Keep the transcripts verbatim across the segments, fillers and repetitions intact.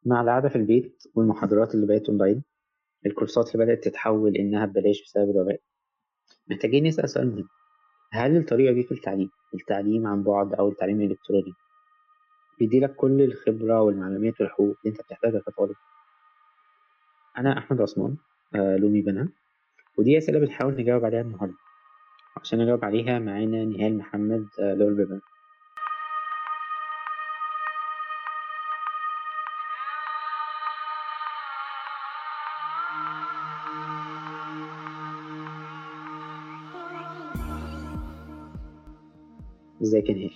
مع القعدة في البيت والمحاضرات اللي بقت أونلاين، الكورسات اللي بدأت تتحول إنها ببلاش بسبب الوباء، محتاجين نسأل سؤال مهم: هل الطريقة دي في التعليم، التعليم عن بعد أو التعليم الإلكتروني، بيديلك كل الخبرة والمعلومات والحقوق اللي أنت بتحتاجها كطالب؟ أنا أحمد عثمان، آه لومي بنها، ودي أسئلة بنحاول نجاوب عليها النهاردة. عشان نجاوب عليها معانا نهال محمد، آه لول بيبان. ازيك يا نهال؟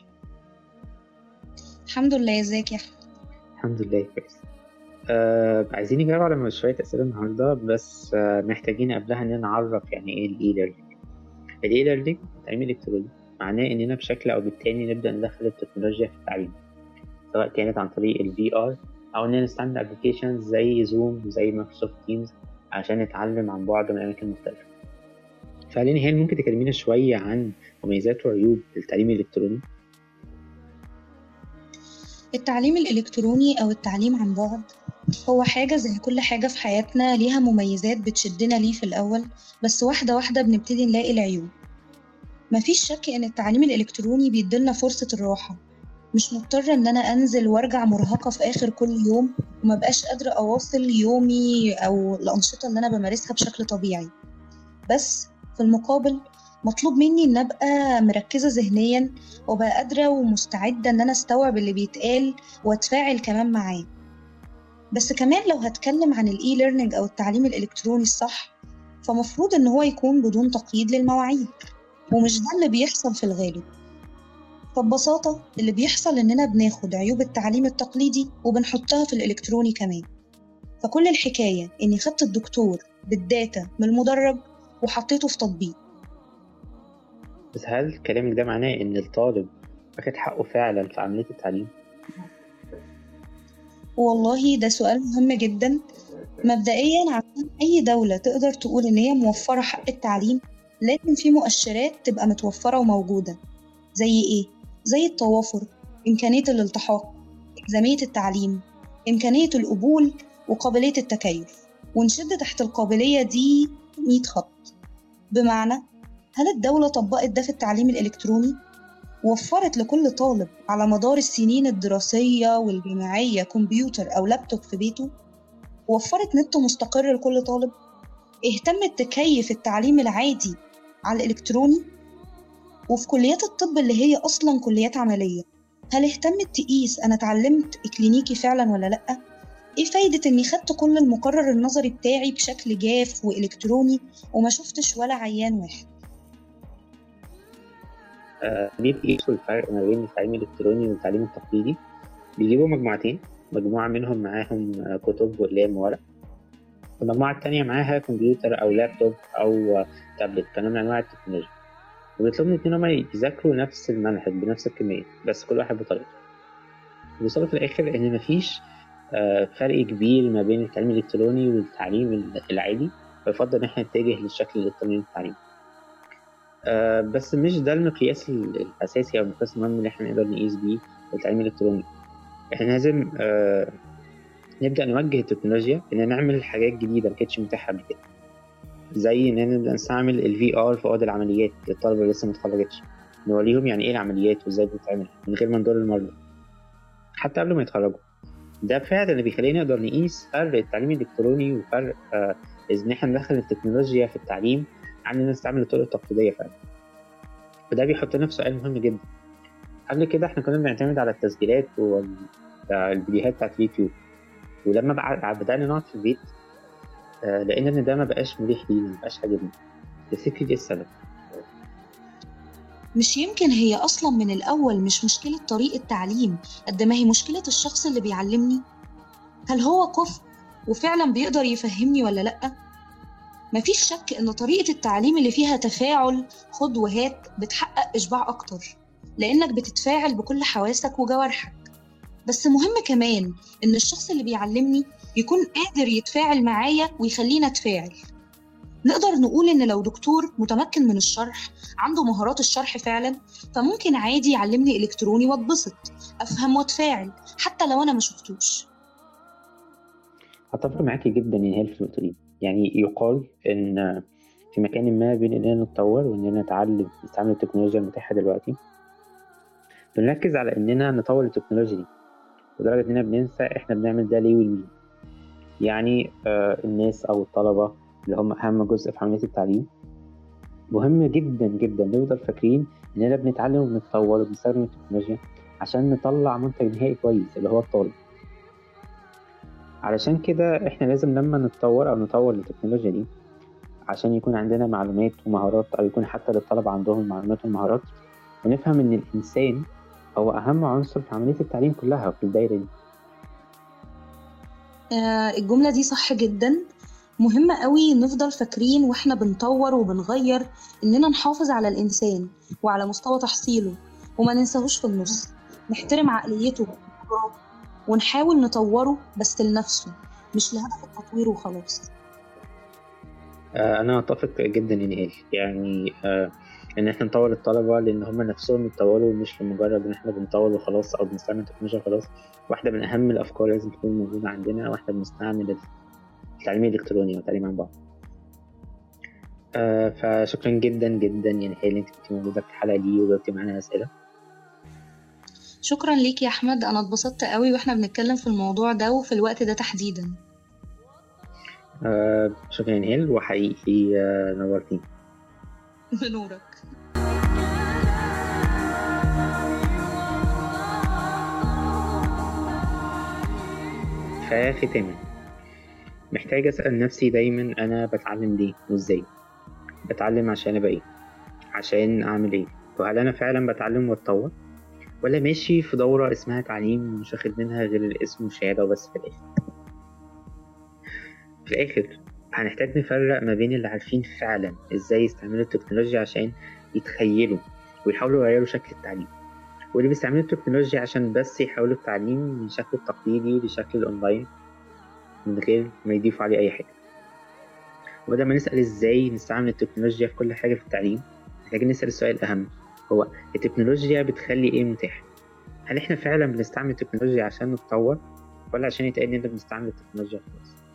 الحمد لله. ازيك يا احمد؟ الحمد لله كويس. آه عايزين نجاوب على شوية أسئلة النهاردة، بس آه محتاجين قبلها إننا نعرف يعني إيه الإي ليرنينج. الإي ليرنينج التعليم الإلكتروني معناه إننا بشكل أو بالتاني نبدأ ندخل التكنولوجيا في التعليم، سواء كانت عن طريق ال في آر أو إننا نستعمل أبلكيشنز زي زوم زي مايكروسوفت تيمز عشان نتعلم عن بعد من أماكن مختلفة. فعليا هل ممكن تكلمينا شوية عن مميزات وعيوب التعليم الإلكتروني؟ التعليم الإلكتروني أو التعليم عن بعد هو حاجة زي كل حاجة في حياتنا ليها مميزات بتشدنا ليه في الأول، بس واحدة واحدة بنبتدي نلاقي العيوب. مفيش شك إن التعليم الإلكتروني بيديلنا فرصة الراحة، مش مضطرة إن أنا أنزل وأرجع مرهقة في آخر كل يوم ومبقاش قادرة أواصل يومي أو الأنشطة اللي أنا بمارسها بشكل طبيعي. بس في المقابل مطلوب مني إن أبقى مركزة ذهنياً وأبقى قادرة ومستعدة إن أنا أستوعب اللي بيتقال وأتفاعل كمان معاه. بس كمان لو هتكلم عن الإي ليرنينج أو التعليم الإلكتروني الصح، فمفروض إن هو يكون بدون تقييد للمواعيد، ومش ده اللي بيحصل في الغالب. فببساطة اللي بيحصل إننا بناخد عيوب التعليم التقليدي وبنحطها في الإلكتروني كمان. فكل الحكاية إني خدت الدكتور بالداتا من المدرج وحطيته في تطبيق. بس هل كلامك ده معناه إن الطالب واخد حقه فعلا في عملية التعليم؟ والله ده سؤال مهم جدا. مبدئيا عشان أي دولة تقدر تقول إن هي موفرة حق التعليم، لازم في مؤشرات تبقى متوفرة وموجودة. زي إيه؟ زي التوافر، إمكانية الالتحاق، إلزامية التعليم، إمكانية القبول، وقابلية التكيف. ونشد تحت القابلية دي مية خط. بمعنى، هل الدولة طبقت ده في التعليم الإلكتروني؟ وفرت لكل طالب على مدار السنين الدراسية والجامعية كمبيوتر أو لابتوب في بيته؟ وفرت نت مستقر لكل طالب؟ اهتمت تكيف التعليم العادي على الإلكتروني؟ وفي كليات الطب اللي هي أصلاً كليات عملية، هل اهتمت تقيس أنا اتعلمت إكلينيكي فعلاً ولا لأ؟ إيه فايدة إني خدت كل المقرر النظري بتاعي بشكل جاف وإلكتروني وما شفتش ولا عيان واحد؟ آه ليه بيقيسوا الفرق ما بين التعليم الإلكتروني والتعليم التقليدي؟ بيجيبوا مجموعتين، مجموعة منهم معاهم آه، كتب وأقلام وورق، والمجموعة التانية معاها كمبيوتر أو لابتوب أو آه، تابلت كنوع من أنواع التكنولوجيا، وبيطلبوا الاتنين هما يذاكروا نفس المنهج بنفس الكمية، بس كل واحد بطريقته. بيوصلوا في الآخر إن مفيش آه، فرق كبير ما بين التعليم الإلكتروني والتعليم العادي، فيفضل إن احنا نتجه للشكل الإلكتروني للتعليم. آه بس مش ده المقياس الأساسي أو المقياس المهم اللي احنا نقدر نقيس بيه التعليم الإلكتروني. احنا لازم آه نبدأ نوجه التكنولوجيا إننا نعمل حاجات جديدة مكانتش متاحة قبل كده، زي إننا نبدأ نستعمل ال في آر في أوض العمليات للطلبة اللي لسه متخرجتش، نوريهم يعني إيه العمليات وإزاي بتتعمل من غير ما نضر المرضى حتى قبل ما يتخرجوا. ده فعلا اللي بيخلينا نقدر نقيس فرق التعليم الإلكتروني وفرق آه إن احنا ندخل التكنولوجيا في التعليم عن إننا نستعمل الطرق التقليدية فعلا. وده بيحطنا في سؤال مهم جدا: قبل كده احنا كنا بنعتمد على التسجيلات والفيديوهات بتاعت اليوتيوب، ولما بع- بدأنا نقعد في البيت آه، لقينا ان ده ما بقاش مريح لينا، ما بقاش عاجبنا. تفتكري ايه السبب؟ مش يمكن هي أصلاً من الأول مش مشكلة طريقة تعليم قد ما هي مشكلة الشخص اللي بيعلمني؟ هل هو كفء وفعلاً بيقدر يفهمني ولا لأ؟ مفيش شك إن طريقة التعليم اللي فيها تفاعل خد وهات بتحقق إشباع أكتر، لأنك بتتفاعل بكل حواسك وجوارحك. بس مهم كمان إن الشخص اللي بيعلمني يكون قادر يتفاعل معايا ويخلينا أتفاعل. نقدر نقول إن لو دكتور متمكن من الشرح عنده مهارات الشرح فعلاً، فممكن عادي يعلمني إلكتروني واتبسط، أفهم واتفاعل حتى لو أنا ما شفتوش. أتفق معاكي جدا إن هي في النقطة دي. يعني يقال إن في مكان ما بين إننا نتطور وإننا نتعلم نستعمل التكنولوجيا المتاحة دلوقتي، بنركز على إننا نطور التكنولوجيا دي لدرجة إننا بننسى إحنا بنعمل ده ليه ولمين. يعني آه الناس أو الطلبة اللي هم أهم جزء في عملية التعليم، مهم جدا جدا نفضل فاكرين إننا بنتعلم وبنتطور وبنستخدم التكنولوجيا عشان نطلع منتج نهائي كويس اللي هو الطالب. علشان كده إحنا لازم لما نتطور أو نطور التكنولوجيا دي عشان يكون عندنا معلومات ومهارات، أو يكون حتى للطلبة عندهم معلومات ومهارات، ونفهم إن الإنسان هو أهم عنصر في عملية التعليم كلها في الدايرة دي. آه، الجملة دي صح جدا. مهم قوي نفضل فاكرين واحنا بنطور وبنغير إننا نحافظ على الإنسان وعلى مستوى تحصيله، وما ننساهوش في النص. نحترم عقليته وقدراته ونحاول نطوره بس لنفسه، مش لهدف التطوير وخلاص. آه، أنا أتفق جدا يا نهال. يعني آه، إن إحنا نطور الطلبة لأن هم نفسهم يتطوروا، مش لمجرد إن إحنا بنطور وخلاص أو بنستعمل تكنولوجيا وخلاص. واحدة من أهم الأفكار لازم تكون موجودة عندنا وإحنا بنستعمل التعليم الإلكتروني والتعليم عن بعد. آه، فشكرا جدا جدا يا نهال إن أنت كنت موجودة في الحلقة دي وجاوبتي معانا أسئلة. شكرا ليك يا أحمد، أنا اتبسطت قوي واحنا بنتكلم في الموضوع ده وفي الوقت ده تحديدا. آه، شكرا يا نهال، وحقيقي آه، نورتيني. بنورك. فختاما، محتاج أسأل نفسي دايما أنا بتعلم ليه وإزاي؟ بتعلم عشان أبقى إيه؟ عشان أعمل إيه؟ وهل أنا فعلا بتعلم وأتطور؟ ولا ماشي في دورة اسمها تعليم مش واخد منها غير الاسم والشهادة وبس؟ في الآخر في الآخر هنحتاج نفرق ما بين اللي عارفين فعلا إزاي يستعملوا التكنولوجيا عشان يتخيلوا ويحاولوا يغيروا شكل التعليم، واللي بيستعملوا التكنولوجيا عشان بس يحولوا التعليم من شكل التقليدي لشكل الأونلاين من غير ما يضيفوا عليه أي حاجة. وبدل ما نسأل إزاي نستعمل التكنولوجيا في كل حاجة في التعليم، محتاجين نسأل السؤال الأهم، هو التكنولوجيا بتخلي إيه متاح؟ هل إحنا فعلا بنستعمل التكنولوجيا عشان نتطور، ولا عشان يتقال إننا بنستعمل التكنولوجيا خلاص؟